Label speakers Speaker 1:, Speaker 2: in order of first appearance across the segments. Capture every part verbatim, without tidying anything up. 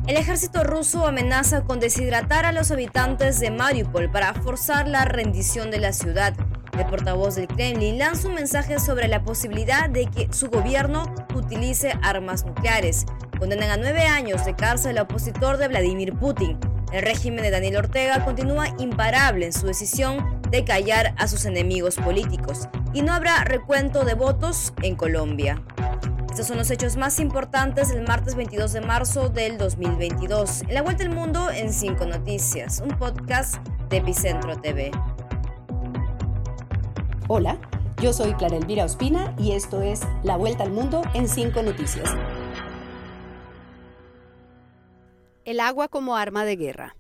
Speaker 1: El ejército ruso amenaza con deshidratar a los habitantes de Mariupol para forzar la rendición de la ciudad. El portavoz del Kremlin lanza un mensaje sobre la posibilidad de que su gobierno utilice armas nucleares. Condenan a nueve años de cárcel al opositor de Vladimir Putin. El régimen de Daniel Ortega continúa imparable en su decisión de callar a sus enemigos políticos. Y no habrá recuento de votos en Colombia. Estos son los hechos más importantes del martes veintidós de marzo del dos mil veintidós. En la Vuelta al Mundo en cinco Noticias, un podcast de Epicentro T V.
Speaker 2: Hola, yo soy Clara Elvira Ospina y esto es La Vuelta al Mundo en cinco Noticias. El agua como arma de guerra.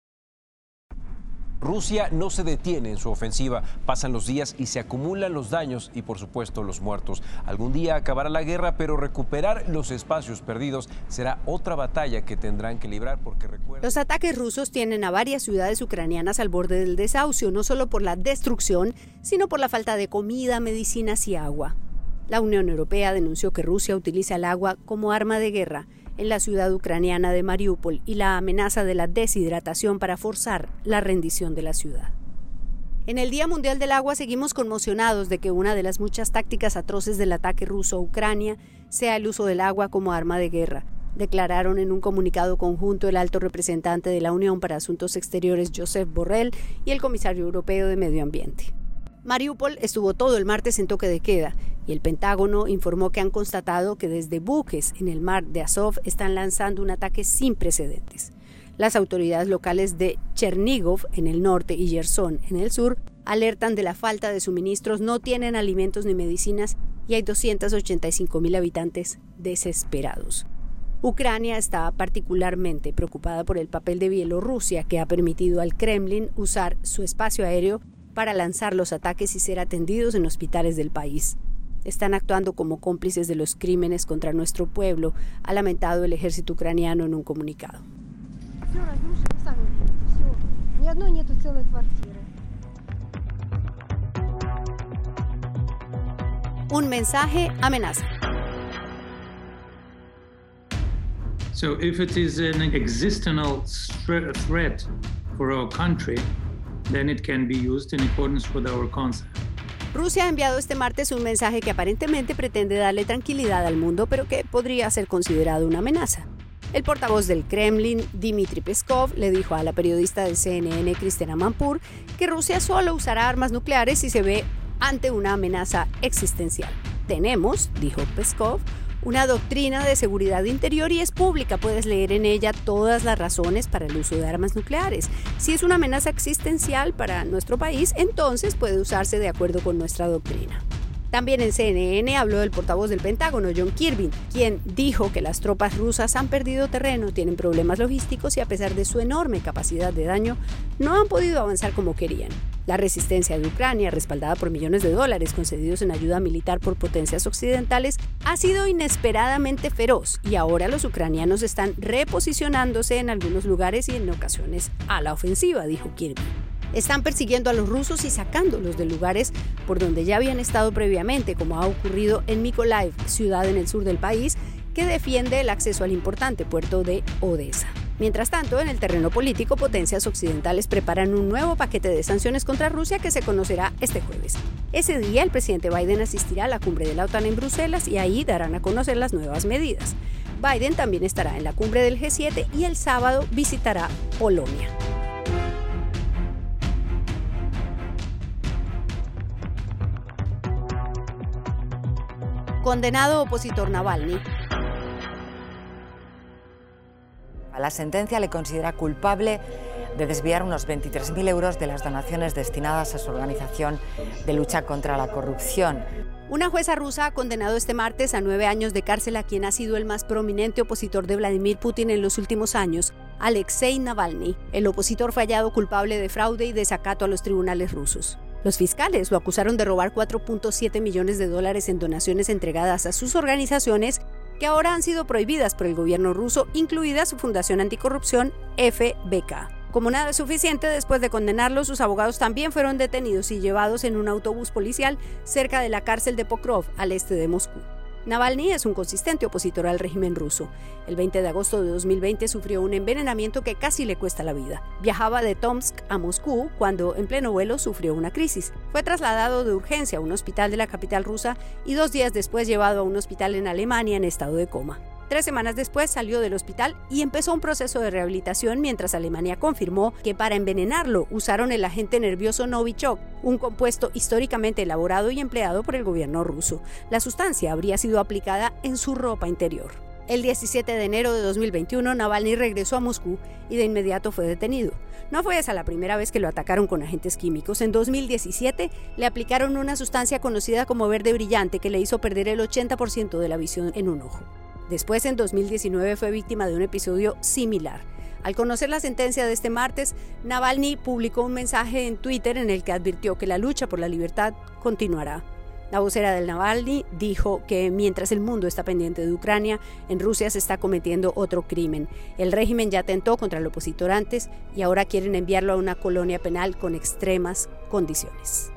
Speaker 3: Rusia no se detiene en su ofensiva, pasan los días y se acumulan los daños y por supuesto los muertos. Algún día acabará la guerra, pero recuperar los espacios perdidos será otra batalla que tendrán que librar porque recuerden...
Speaker 2: Los ataques rusos tienen a varias ciudades ucranianas al borde del desahucio, no solo por la destrucción, sino por la falta de comida, medicinas y agua. La Unión Europea denunció que Rusia utiliza el agua como arma de guerra en la ciudad ucraniana de Mariupol y la amenaza de la deshidratación para forzar la rendición de la ciudad. En el Día Mundial del Agua seguimos conmocionados de que una de las muchas tácticas atroces del ataque ruso a Ucrania sea el uso del agua como arma de guerra, declararon en un comunicado conjunto el alto representante de la Unión para Asuntos Exteriores Josep Borrell y el comisario europeo de Medio Ambiente. Mariupol estuvo todo el martes en toque de queda y el Pentágono informó que han constatado que desde buques en el mar de Azov están lanzando un ataque sin precedentes. Las autoridades locales de Chernigov en el norte y Jersón en el sur alertan de la falta de suministros, no tienen alimentos ni medicinas y hay doscientos ochenta y cinco mil habitantes desesperados. Ucrania está particularmente preocupada por el papel de Bielorrusia, que ha permitido al Kremlin usar su espacio aéreo para lanzar los ataques y ser atendidos en hospitales del país. Están actuando como cómplices de los crímenes contra nuestro pueblo, ha lamentado el ejército ucraniano en un comunicado. Un mensaje amenaza.
Speaker 4: So if it is an existential threat for our country, then it can be used in accordance with our concept.
Speaker 2: Rusia ha enviado este martes un mensaje que aparentemente pretende darle tranquilidad al mundo, pero que podría ser considerado una amenaza. El portavoz del Kremlin, Dmitry Peskov, le dijo a la periodista de C N N, Kristina Manpur, que Rusia solo usará armas nucleares si se ve ante una amenaza existencial. Tenemos, dijo Peskov, una doctrina de seguridad interior y es pública, puedes leer en ella todas las razones para el uso de armas nucleares. Si es una amenaza existencial para nuestro país, entonces puede usarse de acuerdo con nuestra doctrina. También en C N N habló el portavoz del Pentágono, John Kirby, quien dijo que las tropas rusas han perdido terreno, tienen problemas logísticos y a pesar de su enorme capacidad de daño, no han podido avanzar como querían. La resistencia de Ucrania, respaldada por millones de dólares concedidos en ayuda militar por potencias occidentales, ha sido inesperadamente feroz y ahora los ucranianos están reposicionándose en algunos lugares y en ocasiones a la ofensiva, dijo Kirby. Están persiguiendo a los rusos y sacándolos de lugares por donde ya habían estado previamente, como ha ocurrido en Mykolaiv, ciudad en el sur del país, que defiende el acceso al importante puerto de Odessa. Mientras tanto, en el terreno político, potencias occidentales preparan un nuevo paquete de sanciones contra Rusia que se conocerá este jueves. Ese día, el presidente Biden asistirá a la cumbre de la OTAN en Bruselas y ahí darán a conocer las nuevas medidas. Biden también estará en la cumbre del G siete y el sábado visitará Polonia. Condenado opositor Navalny.
Speaker 5: La sentencia le considera culpable de desviar unos veintitrés mil euros de las donaciones destinadas a su organización de lucha contra la corrupción.
Speaker 2: Una jueza rusa ha condenado este martes a nueve años de cárcel a quien ha sido el más prominente opositor de Vladimir Putin en los últimos años, Alexei Navalny. El opositor fue hallado culpable de fraude y desacato a los tribunales rusos. Los fiscales lo acusaron de robar cuatro punto siete millones de dólares en donaciones entregadas a sus organizaciones que ahora han sido prohibidas por el gobierno ruso, incluida su fundación anticorrupción F B K. Como nada es suficiente, después de condenarlo, sus abogados también fueron detenidos y llevados en un autobús policial cerca de la cárcel de Pokrov, al este de Moscú. Navalny es un consistente opositor al régimen ruso. El veinte de agosto de dos mil veinte sufrió un envenenamiento que casi le cuesta la vida. Viajaba de Tomsk a Moscú cuando, en pleno vuelo, sufrió una crisis. Fue trasladado de urgencia a un hospital de la capital rusa y dos días después llevado a un hospital en Alemania en estado de coma. Tres semanas después salió del hospital y empezó un proceso de rehabilitación mientras Alemania confirmó que para envenenarlo usaron el agente nervioso Novichok, un compuesto históricamente elaborado y empleado por el gobierno ruso. La sustancia habría sido aplicada en su ropa interior. El diecisiete de enero de dos mil veintiuno, Navalny regresó a Moscú y de inmediato fue detenido. No fue esa la primera vez que lo atacaron con agentes químicos. En dos mil diecisiete le aplicaron una sustancia conocida como verde brillante que le hizo perder el ochenta por ciento de la visión en un ojo. Después, en dos mil diecinueve, fue víctima de un episodio similar. Al conocer la sentencia de este martes, Navalny publicó un mensaje en Twitter en el que advirtió que la lucha por la libertad continuará. La vocera del Navalny dijo que mientras el mundo está pendiente de Ucrania, en Rusia se está cometiendo otro crimen. El régimen ya atentó contra el opositor antes y ahora quieren enviarlo a una colonia penal con extremas condiciones.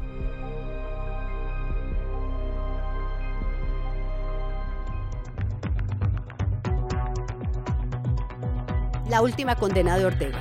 Speaker 2: La última condena de Ortega.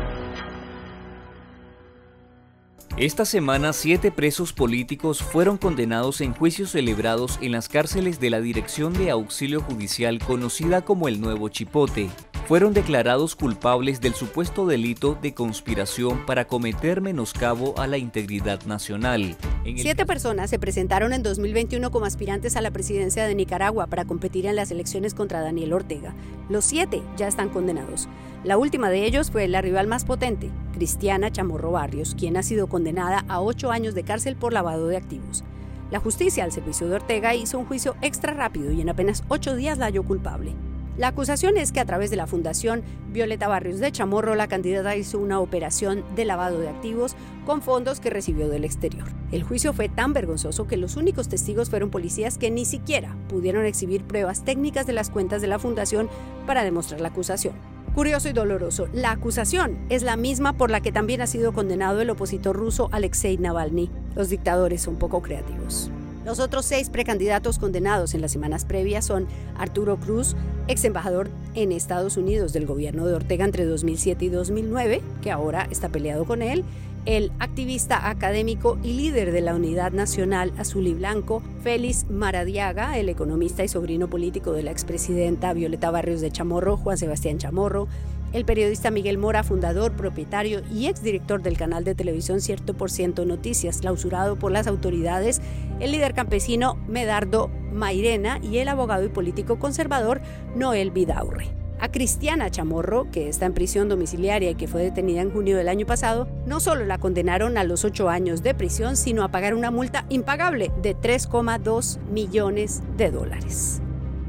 Speaker 6: Esta semana, siete presos políticos fueron condenados en juicios celebrados en las cárceles de la Dirección de Auxilio Judicial conocida como el Nuevo Chipote. Fueron declarados culpables del supuesto delito de conspiración para cometer menoscabo a la integridad nacional.
Speaker 2: En el... Siete personas se presentaron en dos mil veintiuno como aspirantes a la presidencia de Nicaragua para competir en las elecciones contra Daniel Ortega. Los siete ya están condenados. La última de ellos fue la rival más potente, Cristiana Chamorro Barrios, quien ha sido condenada a ocho años de cárcel por lavado de activos. La justicia al servicio de Ortega hizo un juicio extra rápido y en apenas ocho días la halló culpable. La acusación es que a través de la Fundación Violeta Barrios de Chamorro, la candidata hizo una operación de lavado de activos con fondos que recibió del exterior. El juicio fue tan vergonzoso que los únicos testigos fueron policías que ni siquiera pudieron exhibir pruebas técnicas de las cuentas de la Fundación para demostrar la acusación. Curioso y doloroso, la acusación es la misma por la que también ha sido condenado el opositor ruso Alexei Navalny. Los dictadores son poco creativos. Los otros seis precandidatos condenados en las semanas previas son Arturo Cruz, ex embajador en Estados Unidos del gobierno de Ortega entre dos mil siete y dos mil nueve, que ahora está peleado con él, el activista académico y líder de la Unidad Nacional Azul y Blanco, Félix Maradiaga, el economista y sobrino político de la expresidenta Violeta Barrios de Chamorro, Juan Sebastián Chamorro, el periodista Miguel Mora, fundador, propietario y exdirector del canal de televisión Cierto por Ciento Noticias, clausurado por las autoridades, el líder campesino Medardo Mairena y el abogado y político conservador Noel Vidaurre. A Cristiana Chamorro, que está en prisión domiciliaria y que fue detenida en junio del año pasado, no solo la condenaron a los ocho años de prisión, sino a pagar una multa impagable de tres coma dos millones de dólares.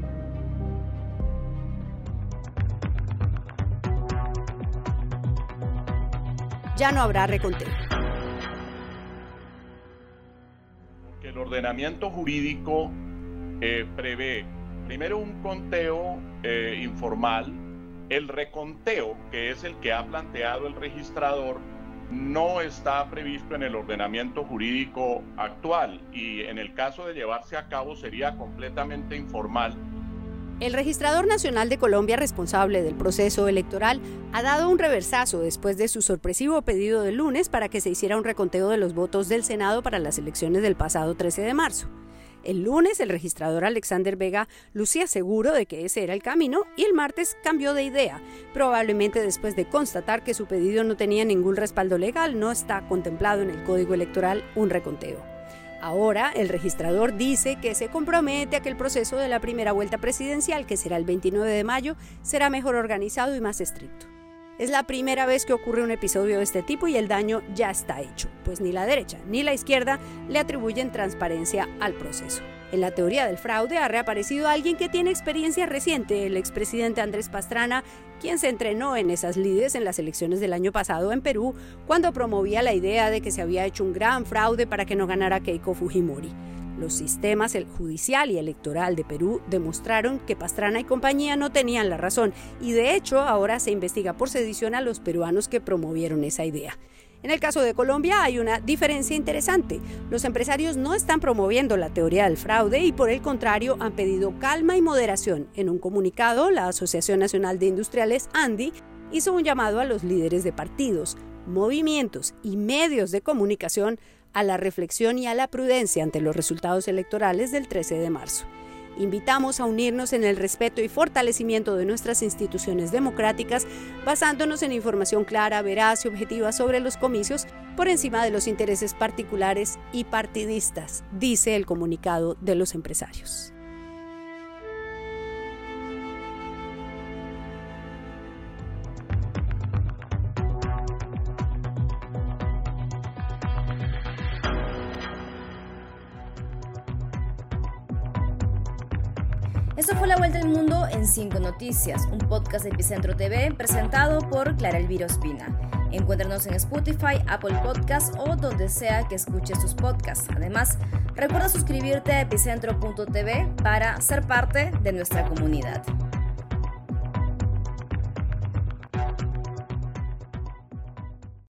Speaker 2: Ya no habrá reconteo.
Speaker 7: El ordenamiento jurídico eh, prevé primero un conteo eh, informal. El reconteo, que es el que ha planteado el registrador, no está previsto en el ordenamiento jurídico actual y en el caso de llevarse a cabo sería completamente informal.
Speaker 2: El Registrador Nacional de Colombia, responsable del proceso electoral, ha dado un reversazo después de su sorpresivo pedido del lunes para que se hiciera un reconteo de los votos del Senado para las elecciones del pasado trece de marzo. El lunes, el registrador Alexander Vega lucía seguro de que ese era el camino y el martes cambió de idea, probablemente después de constatar que su pedido no tenía ningún respaldo legal, no está contemplado en el Código Electoral un reconteo. Ahora, el registrador dice que se compromete a que el proceso de la primera vuelta presidencial, que será el veintinueve de mayo, será mejor organizado y más estricto. Es la primera vez que ocurre un episodio de este tipo y el daño ya está hecho, pues ni la derecha ni la izquierda le atribuyen transparencia al proceso. En la teoría del fraude ha reaparecido alguien que tiene experiencia reciente, el expresidente Andrés Pastrana, quien se entrenó en esas lides en las elecciones del año pasado en Perú, cuando promovía la idea de que se había hecho un gran fraude para que no ganara Keiko Fujimori. Los sistemas, el judicial y electoral de Perú, demostraron que Pastrana y compañía no tenían la razón y de hecho ahora se investiga por sedición a los peruanos que promovieron esa idea. En el caso de Colombia hay una diferencia interesante. Los empresarios no están promoviendo la teoría del fraude y por el contrario han pedido calma y moderación. En un comunicado, la Asociación Nacional de Industriales, ANDI, hizo un llamado a los líderes de partidos, movimientos y medios de comunicación a la reflexión y a la prudencia ante los resultados electorales del trece de marzo. Invitamos a unirnos en el respeto y fortalecimiento de nuestras instituciones democráticas, basándonos en información clara, veraz y objetiva sobre los comicios por encima de los intereses particulares y partidistas, dice el comunicado de los empresarios.
Speaker 1: Esto fue La Vuelta al Mundo en cinco Noticias, un podcast de Epicentro T V presentado por Clara Elvira Ospina. Encuéntranos en Spotify, Apple Podcasts o donde sea que escuches tus podcasts. Además, recuerda suscribirte a epicentro punto t v para ser parte de nuestra comunidad.